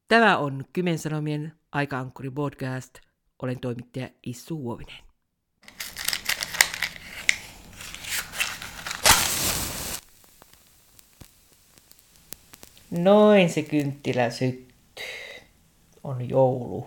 Tämä on Kymen Sanomien Aika-ankkuri podcast. Olen toimittaja Issu Huovinen. Noin se kynttilä syttyy. On joulu.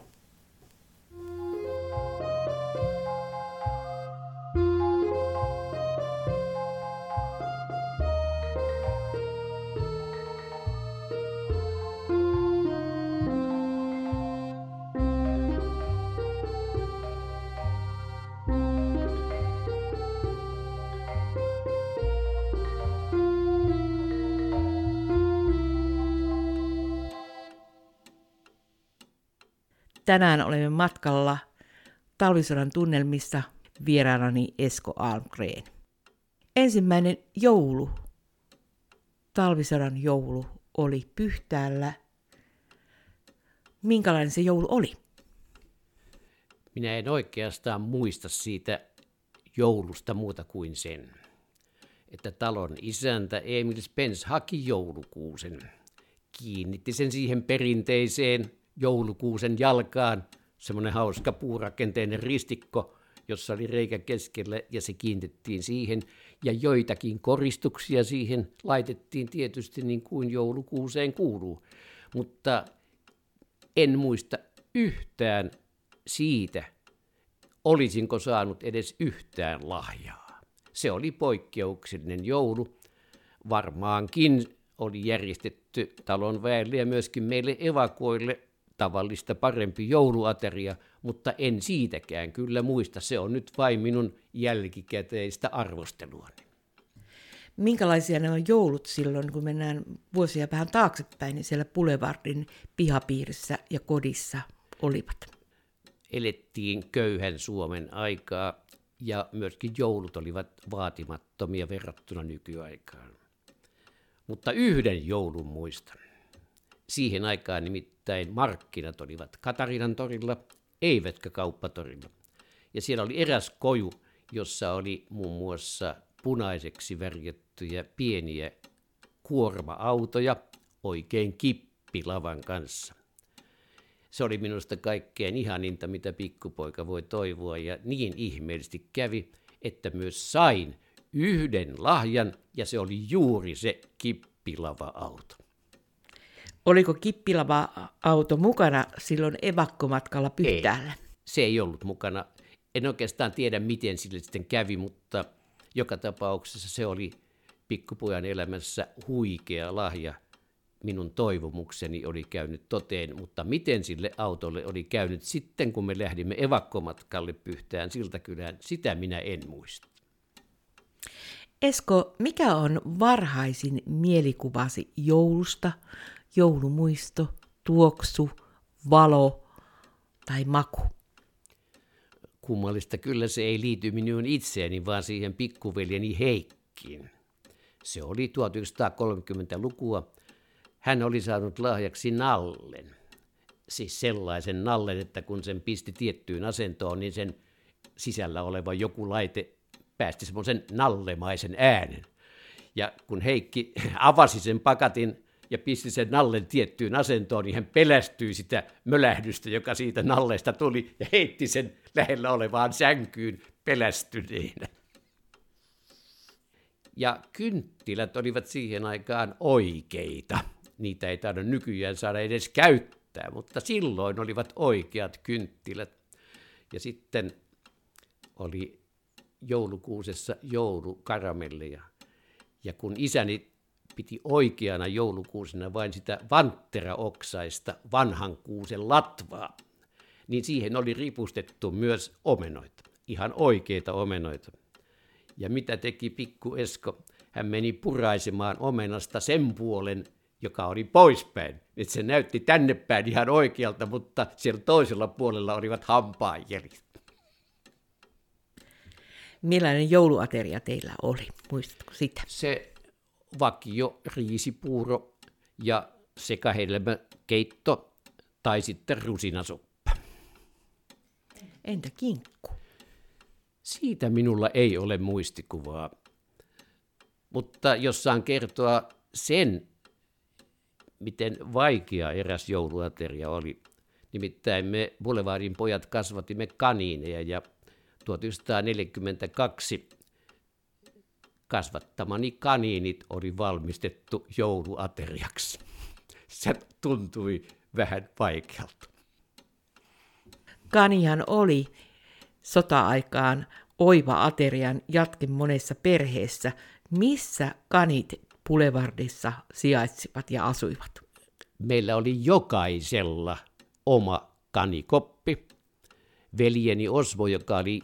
Tänään olemme matkalla talvisodan tunnelmissa, vieraanani Esko Almgren. Ensimmäinen joulu, talvisodan joulu, oli Pyhtäällä. Minkälainen se joulu oli? Minä en oikeastaan muista siitä joulusta muuta kuin sen, että talon isäntä Emil Spence haki joulukuusen, kiinnitti sen siihen perinteiseen joulukuusen jalkaan, semmoinen hauska puurakenteinen ristikko, jossa oli reikä keskellä ja se kiinnitettiin siihen ja joitakin koristuksia siihen laitettiin tietysti niin kuin joulukuuseen kuuluu, mutta en muista yhtään siitä, olisinko saanut edes yhtään lahjaa. Se oli poikkeuksellinen joulu, varmaankin oli järjestetty talon väelle ja myöskin meille evakoille tavallista parempi jouluateria, mutta en siitäkään kyllä muista. Se on nyt vain minun jälkikäteistä arvosteluani. Minkälaisia ne on joulut silloin, kun mennään vuosia vähän taaksepäin, niin siellä Boulevardin pihapiirissä ja kodissa olivat? Elettiin köyhän Suomen aikaa ja myöskin joulut olivat vaatimattomia verrattuna nykyaikaan. Mutta yhden joulun muistan. Siihen aikaan nimittäin markkinat olivat Katarinan torilla, eivätkä kauppatorilla. Ja siellä oli eräs koju, jossa oli muun muassa punaiseksi värjättyjä pieniä kuorma-autoja oikein kippilavan kanssa. Se oli minusta kaikkein ihaninta, mitä pikkupoika voi toivoa, ja niin ihmeellisesti kävi, että myös sain yhden lahjan, ja se oli juuri se kippilava-auto. Oliko kippilava-auto mukana silloin evakkomatkalla Pyhtäällä? Ei, se ei ollut mukana. En oikeastaan tiedä, miten sille sitten kävi, mutta joka tapauksessa se oli pikkupojan elämässä huikea lahja. Minun toivomukseni oli käynyt toteen, mutta miten sille autolle oli käynyt sitten, kun me lähdimme evakkomatkalle Pyhtään Siltakylään, sitä minä en muista. Esko, mikä on varhaisin mielikuvasi joulusta, joulumuisto, tuoksu, valo tai maku? Kummallista kyllä se ei liity minun itseeni, vaan siihen pikkuveljeni Heikkiin. Se oli 1930-lukua. Hän oli saanut lahjaksi nallen. Siis sellaisen nallen, että kun sen pisti tiettyyn asentoon, niin sen sisällä oleva joku laite päästi semmoisen nallemaisen äänen. Ja kun Heikki avasi sen pakatin ja pisti sen nallen tiettyyn asentoon, niin hän pelästyi sitä mölähdystä, joka siitä nallesta tuli, ja heitti sen lähellä olevaan sänkyyn pelästyneenä. Ja kynttilät olivat siihen aikaan oikeita. Niitä ei taida nykyään saada edes käyttää, mutta silloin olivat oikeat kynttilät. Ja sitten oli joulukuusessa joulukaramelleja. Ja kun isäni piti oikeana joulukuusena vain sitä vantteraoksaista vanhan kuusen latvaa, niin siihen oli ripustettu myös omenoita, ihan oikeita omenoita. Ja mitä teki pikku Esko? Hän meni puraisemaan omenasta sen puolen, joka oli poispäin. Että se näytti tänne päin ihan oikealta, mutta siellä toisella puolella olivat hampaanjäljet. Millainen jouluateria teillä oli? Muistatko sitä? Se vakio riisipuuro ja sekahedelmäkeitto tai sitten rusinasoppa. Entä kinkku? Siitä minulla ei ole muistikuvaa. Mutta jos saan kertoa sen, miten vaikea eräs jouluateria oli. Nimittäin me Boulevardin pojat kasvatimme kaniineja ja 1942 kasvattamani kaniinit oli valmistettu jouluateriaksi. Se tuntui vähän vaikealta. Kanihan oli sota-aikaan oiva aterian jatke monessa perheessä. Missä kanit Boulevardissa sijaitsivat ja asuivat? Meillä oli jokaisella oma kanikoppi. Veljeni Osmo, joka oli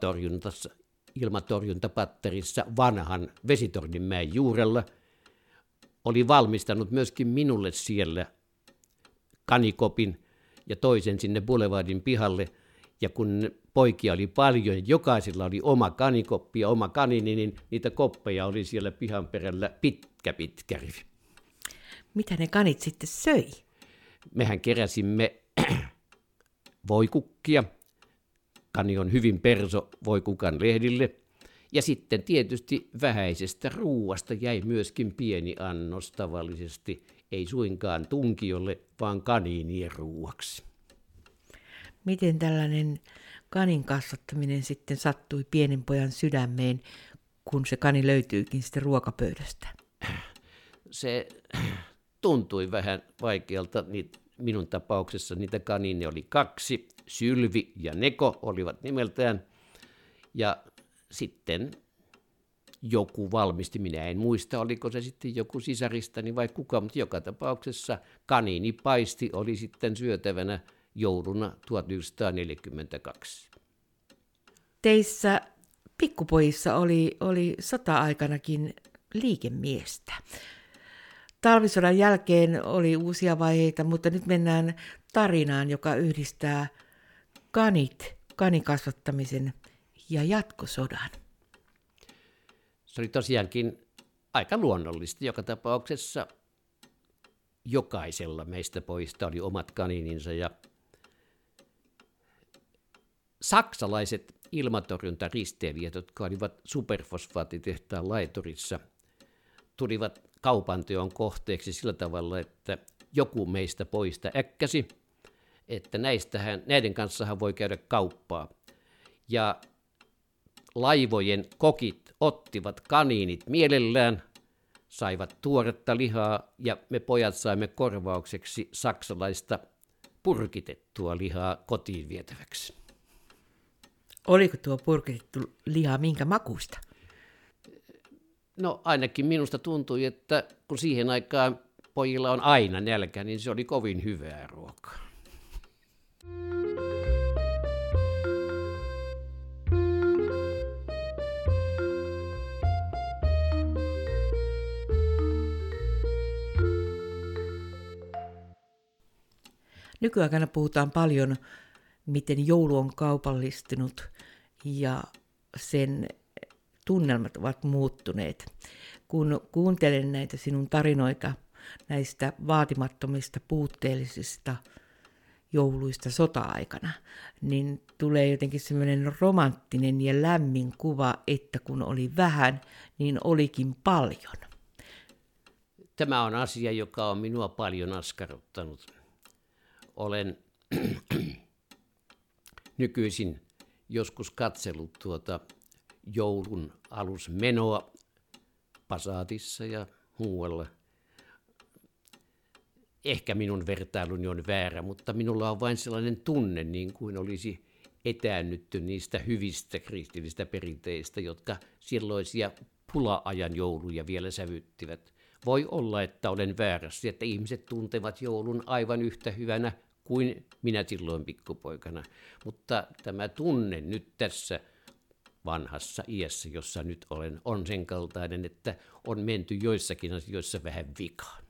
ilmatorjuntapatterissa vanhan Vesitorninmäen juurella, oli valmistanut myöskin minulle siellä kanikopin ja toisen sinne Boulevardin pihalle. Ja kun poikia oli paljon, jokaisella oli oma kanikoppi ja oma kanini, niin niitä koppeja oli siellä pihan perällä pitkä rivi. Mitä ne kanit sitten söi? Mehän keräsimme voikukkia. Kani on hyvin perso voikukan lehdille. Ja sitten tietysti vähäisestä ruuasta jäi myöskin pieni annos tavallisesti, ei suinkaan tunkiolle, vaan kaniinien ruuaksi. Miten tällainen kanin kasvattaminen sitten sattui pienen pojan sydämeen, kun se kani löytyykin sitten ruokapöydästä? Se tuntui vähän vaikealta. Minun tapauksessa niitä kaniineja oli 2. Sylvi ja Neko olivat nimeltään. Ja sitten joku valmisti, minä en muista, oliko se sitten joku sisaristani vai kuka, mutta joka tapauksessa kaniinipaisti oli sitten syötävänä jouluna 1942. Teissä pikkupojissa oli sota-aikanakin liikemiestä. Talvisodan jälkeen oli uusia vaiheita, mutta nyt mennään tarinaan, joka yhdistää kanikasvattamisen ja jatkosodan. Se oli tosiaankin aika luonnollista. Joka tapauksessa jokaisella meistä pojista oli omat kaniininsa ja saksalaiset ilmatorjuntaristeilijät, jotka olivat superfosfaattitehtaan laiturissa, tulivat kaupanteon kohteeksi sillä tavalla, että joku meistä pojista äkkäsi, että näiden kanssahan voi käydä kauppaa. Ja laivojen kokit ottivat kaniinit mielellään, saivat tuoretta lihaa ja me pojat saimme korvaukseksi saksalaista purkitettua lihaa kotiin vietäväksi. Oliko tuo purkitettu liha minkä makuista? No ainakin minusta tuntui, että kun siihen aikaan pojilla on aina nälkä, niin se oli kovin hyvää ruokaa. Nykyaikana puhutaan paljon, miten joulu on kaupallistunut ja sen tunnelmat ovat muuttuneet. Kun kuuntelen näitä sinun tarinoita näistä vaatimattomista, puutteellisista jouluista sota-aikana, niin tulee jotenkin semmoinen romanttinen ja lämmin kuva, että kun oli vähän, niin olikin paljon. Tämä on asia, joka on minua paljon askarruttanut. Olen nykyisin joskus katsellut tuota joulun alusmenoa Passatissa ja muualla. Ehkä minun vertailuni on väärä, mutta minulla on vain sellainen tunne, niin kuin olisi etäännytty niistä hyvistä kristillisistä perinteistä, jotka silloisia pula-ajan jouluja vielä sävyttivät. Voi olla, että olen väärässä, että ihmiset tuntevat joulun aivan yhtä hyvänä kuin minä silloin pikkupoikana. Mutta tämä tunne nyt tässä vanhassa iässä, jossa nyt olen, on sen kaltainen, että on menty joissakin asioissa vähän vikaan.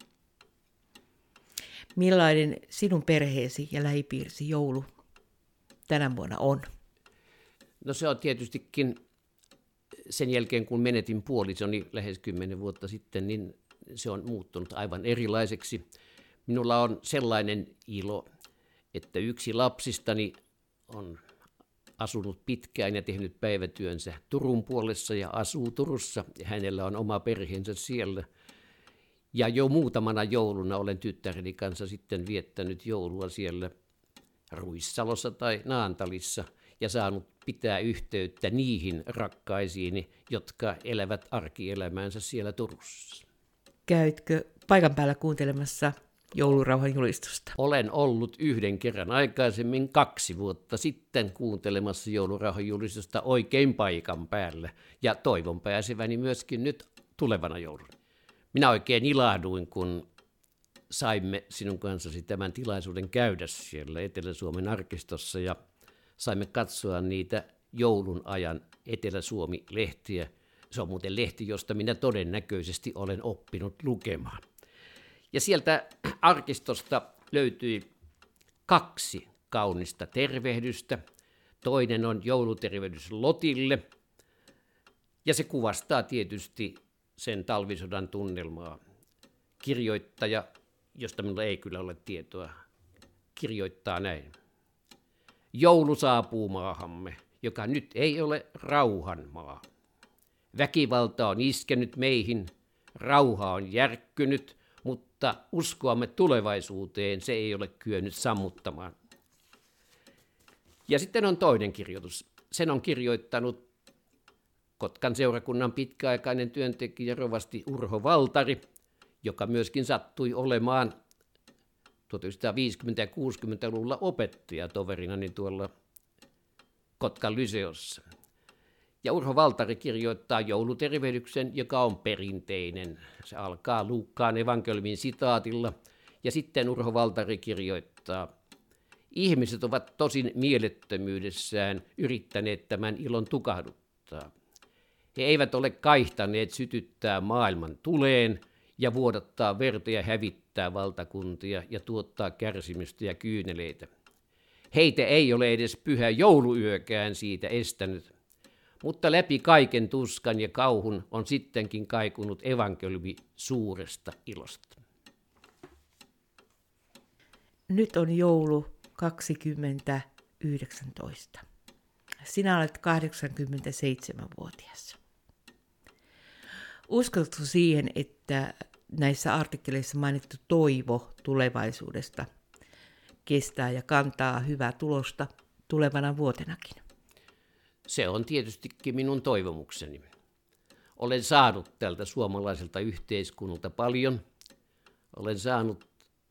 Millainen sinun perheesi ja lähipiirisi joulu tänä vuonna on? No se on tietystikin sen jälkeen, kun menetin puolisoni lähes 10 vuotta sitten, niin se on muuttunut aivan erilaiseksi. Minulla on sellainen ilo, että yksi lapsistani on asunut pitkään ja tehnyt päivätyönsä Turun puolessa ja asuu Turussa ja hänellä on oma perheensä siellä. Ja jo muutamana jouluna olen tyttäreni kanssa sitten viettänyt joulua siellä Ruissalossa tai Naantalissa ja saanut pitää yhteyttä niihin rakkaisiini, jotka elävät arkielämäänsä siellä Turussa. Käytkö paikan päällä kuuntelemassa joulurauhan julistusta? Olen ollut yhden kerran aikaisemmin 2 vuotta sitten kuuntelemassa joulurauhan julistusta oikein paikan päällä ja toivon pääseväni myöskin nyt tulevana jouluna. Minä oikein ilahduin, kun saimme sinun kanssasi tämän tilaisuuden käydä siellä Etelä-Suomen arkistossa ja saimme katsoa niitä joulun ajan Etelä-Suomi-lehtiä. Se on muuten lehti, josta minä todennäköisesti olen oppinut lukemaan. Ja sieltä arkistosta löytyi 2 kaunista tervehdystä. Toinen on joulutervehdys Lotille ja se kuvastaa tietysti sen talvisodan tunnelmaa. Kirjoittaja, josta minulla ei kyllä ole tietoa, kirjoittaa näin. Joulu saapuu maahamme, joka nyt ei ole rauhan maa. Väkivalta on iskenyt meihin, rauha on järkkynyt, mutta uskoamme tulevaisuuteen se ei ole kyennyt sammuttamaan. Ja sitten on toinen kirjoitus. Sen on kirjoittanut Kotkan seurakunnan pitkäaikainen työntekijä rovasti Urho Valtari, joka myöskin sattui olemaan 1950- ja 60-luvulla opettajatoverina tuolla Kotkan lyseossa. Ja Urho Valtari kirjoittaa joulutervehdyksen, joka on perinteinen. Se alkaa Luukkaan evankeliumin sitaatilla. Ja sitten Urho Valtari kirjoittaa, ihmiset ovat tosin mielettömyydessään yrittäneet tämän ilon tukahduttaa. He eivät ole kaihtaneet sytyttää maailman tuleen ja vuodattaa verta ja hävittää valtakuntia ja tuottaa kärsimystä ja kyyneleitä. Heitä ei ole edes pyhä jouluyökään siitä estänyt, mutta läpi kaiken tuskan ja kauhun on sittenkin kaikunut evankeliumi suuresta ilosta. Nyt on joulu 2019. Sinä olet 87-vuotias. Uskotko siihen, että näissä artikkeleissa mainittu toivo tulevaisuudesta kestää ja kantaa hyvää tulosta tulevana vuotenakin? Se on tietystikin minun toivomukseni. Olen saanut tältä suomalaiselta yhteiskunnalta paljon. Olen saanut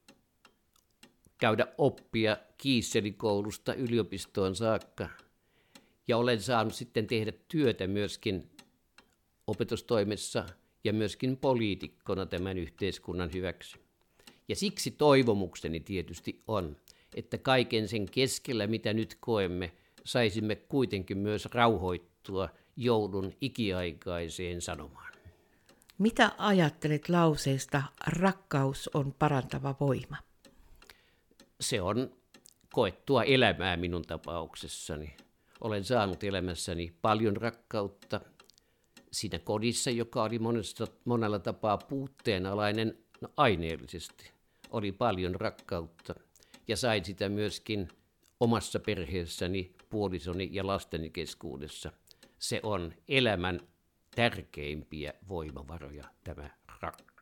käydä oppia Kiisselikoulusta yliopistoon saakka. Ja olen saanut sitten tehdä työtä myöskin opetustoimessa ja myöskin poliitikkona tämän yhteiskunnan hyväksi. Ja siksi toivomukseni tietysti on, että kaiken sen keskellä, mitä nyt koemme, saisimme kuitenkin myös rauhoittua joulun ikiaikaiseen sanomaan. Mitä ajattelet lauseesta, rakkaus on parantava voima? Se on koettua elämää minun tapauksessani. Olen saanut elämässäni paljon rakkautta siinä kodissa, joka oli monella tapaa puutteenalainen aineellisesti. Oli paljon rakkautta ja sain sitä myöskin omassa perheessäni, puolisoni ja lasteni keskuudessa. Se on elämän tärkeimpiä voimavaroja, tämä rakkaus.